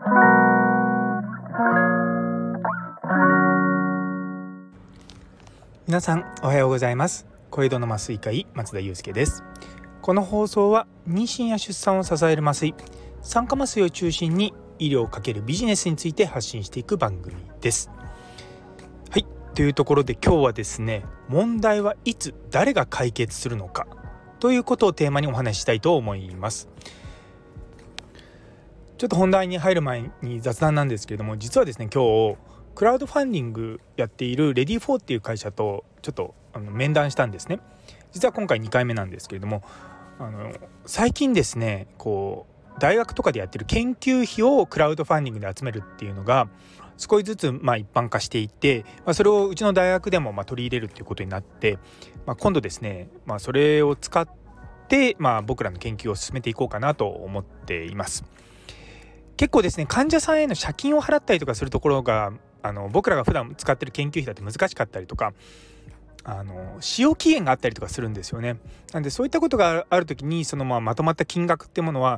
皆さんおはようございます。小江戸の麻酔科医松田祐介です。この放送は妊娠や出産を支える麻酔、産科麻酔を中心に医療をかけるビジネスについて発信していく番組です。はい、というところで今日はですね、問題はいつ誰が解決するのかということをテーマにお話ししたいと思います。ちょっと本題に入る前に雑談なんですけれども、実はですね、今日クラウドファンディングやっているレディフォーっていう会社とちょっと面談したんですね。実は今回2回目なんですけれども、最近ですね、大学とかでやってる研究費をクラウドファンディングで集めるっていうのが少しずつ一般化していて、それをうちの大学でも取り入れるっていうことになって、今度ですね、それを使って僕らの研究を進めていこうかなと思っています。結構ですね、患者さんへの借金を払ったりとかするところが僕らが普段使ってる研究費だって難しかったりとか、使用期限があったりとかするんですよね。なんでそういったことがあるときにまとまった金額ってものは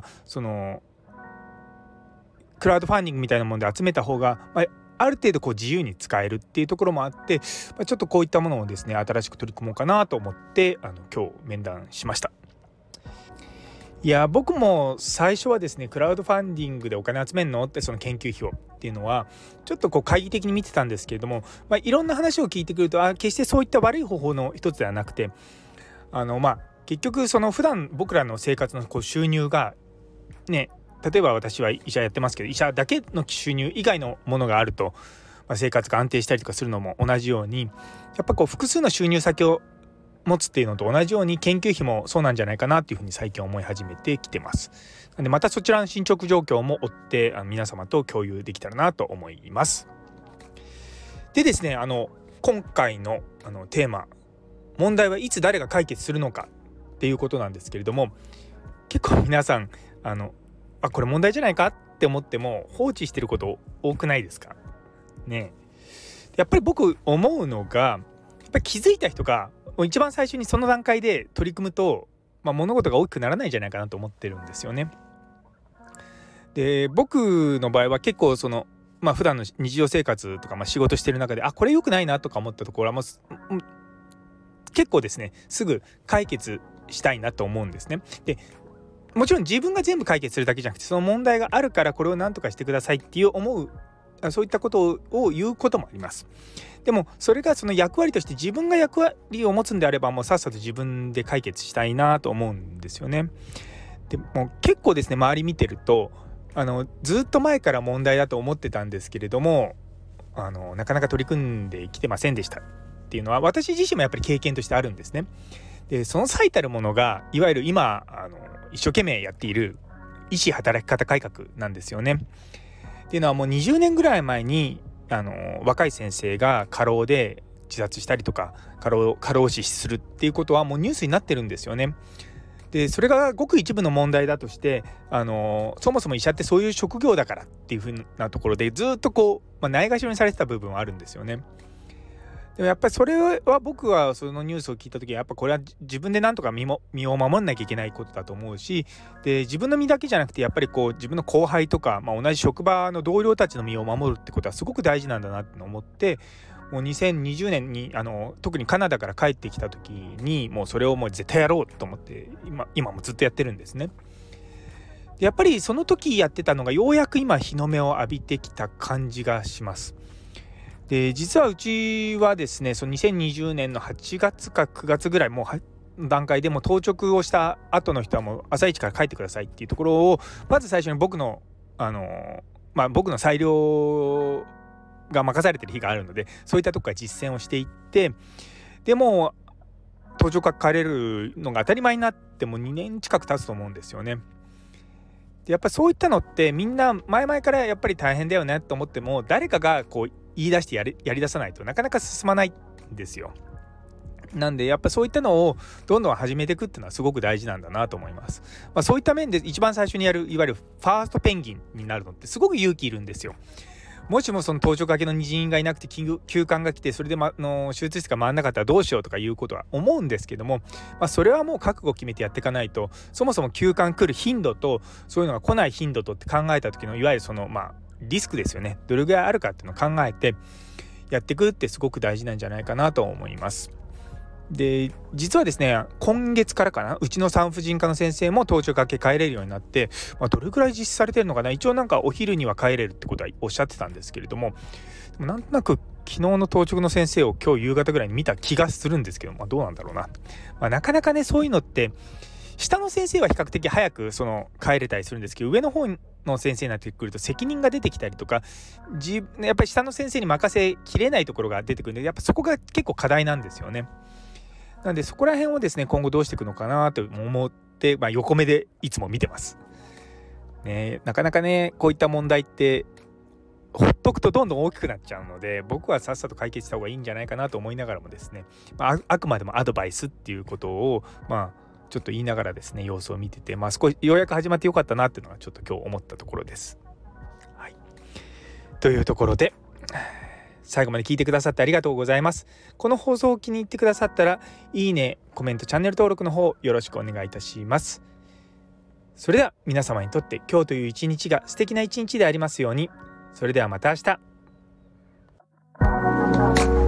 クラウドファンディングみたいなもので集めた方が、ある程度自由に使えるっていうところもあって、ちょっとこういったものをですね新しく取り組もうかなと思って今日面談しました。いや、僕も最初はですね、クラウドファンディングでお金集めるのってその研究費をっていうのはちょっと懐疑的に見てたんですけれども、いろんな話を聞いてくると決してそういった悪い方法の一つではなくて、結局普段僕らの生活の収入がね、例えば私は医者やってますけど、医者だけの収入以外のものがあると、生活が安定したりとかするのも同じように、やっぱ複数の収入先を持つっていうのと同じように研究費もそうなんじゃないかなっていうふうに最近思い始めてきてます。なのでまたそちらの進捗状況も追って皆様と共有できたらなと思います。でですね、今回のテーマ、問題はいつ誰が解決するのかっていうことなんですけれども、結構皆さんこれ問題じゃないかって思っても放置してること多くないですかね。やっぱり僕思うのが、やっぱり気づいた人が一番最初にその段階で取り組むと、物事が大きくならないんじゃないかなと思ってるんですよね。で、僕の場合は結構普段の日常生活とか仕事してる中でこれ良くないなとか思ったところは結構ですねすぐ解決したいなと思うんですね。で、もちろん自分が全部解決するだけじゃなくて、その問題があるからこれを何とかしてくださいっていうそういったことを言うこともあります。でもそれがその役割として自分が役割を持つんであれば、もうさっさと自分で解決したいなと思うんですよね。でも結構ですね、周り見てるとずっと前から問題だと思ってたんですけれどもなかなか取り組んできてませんでしたっていうのは私自身もやっぱり経験としてあるんですね。で、その最たるものがいわゆる今一生懸命やっている医師働き方改革なんですよね。っていうのはもう20年ぐらい前に若い先生が過労で自殺したりとか過労死するっていうことはもうニュースになってるんですよね。で、それがごく一部の問題だとしてそもそも医者ってそういう職業だからっていう風なところでずっとないがしろにされてた部分はあるんですよね。でもやっぱりそれは僕はそのニュースを聞いた時はやっぱこれは自分でなんとか身を守んなきゃいけないことだと思うし、で自分の身だけじゃなくてやっぱり自分の後輩とか、同じ職場の同僚たちの身を守るってことはすごく大事なんだなって思って、もう2020年に特にカナダから帰ってきた時にもうそれをもう絶対やろうと思って今もずっとやってるんですね。でやっぱりその時やってたのがようやく今日の目を浴びてきた感じがします。で、実はうちはですね、その2020年の8月か9月ぐらいもう段階でも当直をした後の人はもう朝一から帰ってくださいっていうところをまず最初に僕の僕の裁量が任されてる日があるので、そういったとこから実践をしていって、でも当直が帰れるのが当たり前になっても2年近く経つと思うんですよね。でやっぱりそういったのってみんな前々からやっぱり大変だよねと思っても、誰かが言い出してやり出さないとなかなか進まないんですよ。なんでやっぱそういったのをどんどん始めていくっていうのはすごく大事なんだなと思います。そういった面で一番最初にやるいわゆるファーストペンギンになるのってすごく勇気いるんですよ。 もしもその当直明けの人員がいなくて休館が来て、それで、手術室が回んなかったらどうしようとかいうことは思うんですけども、それはもう覚悟を決めてやっていかないと、そもそも休館来る頻度とそういうのが来ない頻度とって考えた時のいわゆるそのリスクですよね。どれぐらいあるかっていうのを考えてやっていくってすごく大事なんじゃないかなと思います。で実はですね、今月からかな、うちの産婦人科の先生も当直明け帰れるようになって、どれくらい実施されてるのかな、一応なんかお昼には帰れるってことはおっしゃってたんですけれども、でもなんとなく昨日の当直の先生を今日夕方ぐらいに見た気がするんですけど、どうなんだろうな、なかなかねそういうのって下の先生は比較的早く帰れたりするんですけど、上の方の先生になってくると責任が出てきたりとか、やっぱり下の先生に任せきれないところが出てくるんで、やっぱそこが結構課題なんですよね。なのでそこら辺をですね、今後どうしていくのかなと思って、横目でいつも見てます、ね。なかなかねこういった問題ってほっとくとどんどん大きくなっちゃうので、僕はさっさと解決した方がいいんじゃないかなと思いながらもですね、あくまでもアドバイスっていうことをちょっと言いながらですね様子を見てて、少しようやく始まってよかったなっていうのがちょっと今日思ったところです。はい、というところで最後まで聞いてくださってありがとうございます。この放送を気に入ってくださったらいいね、コメント、チャンネル登録の方よろしくお願いいたします。それでは皆様にとって今日という一日が素敵な一日でありますように。それではまた明日。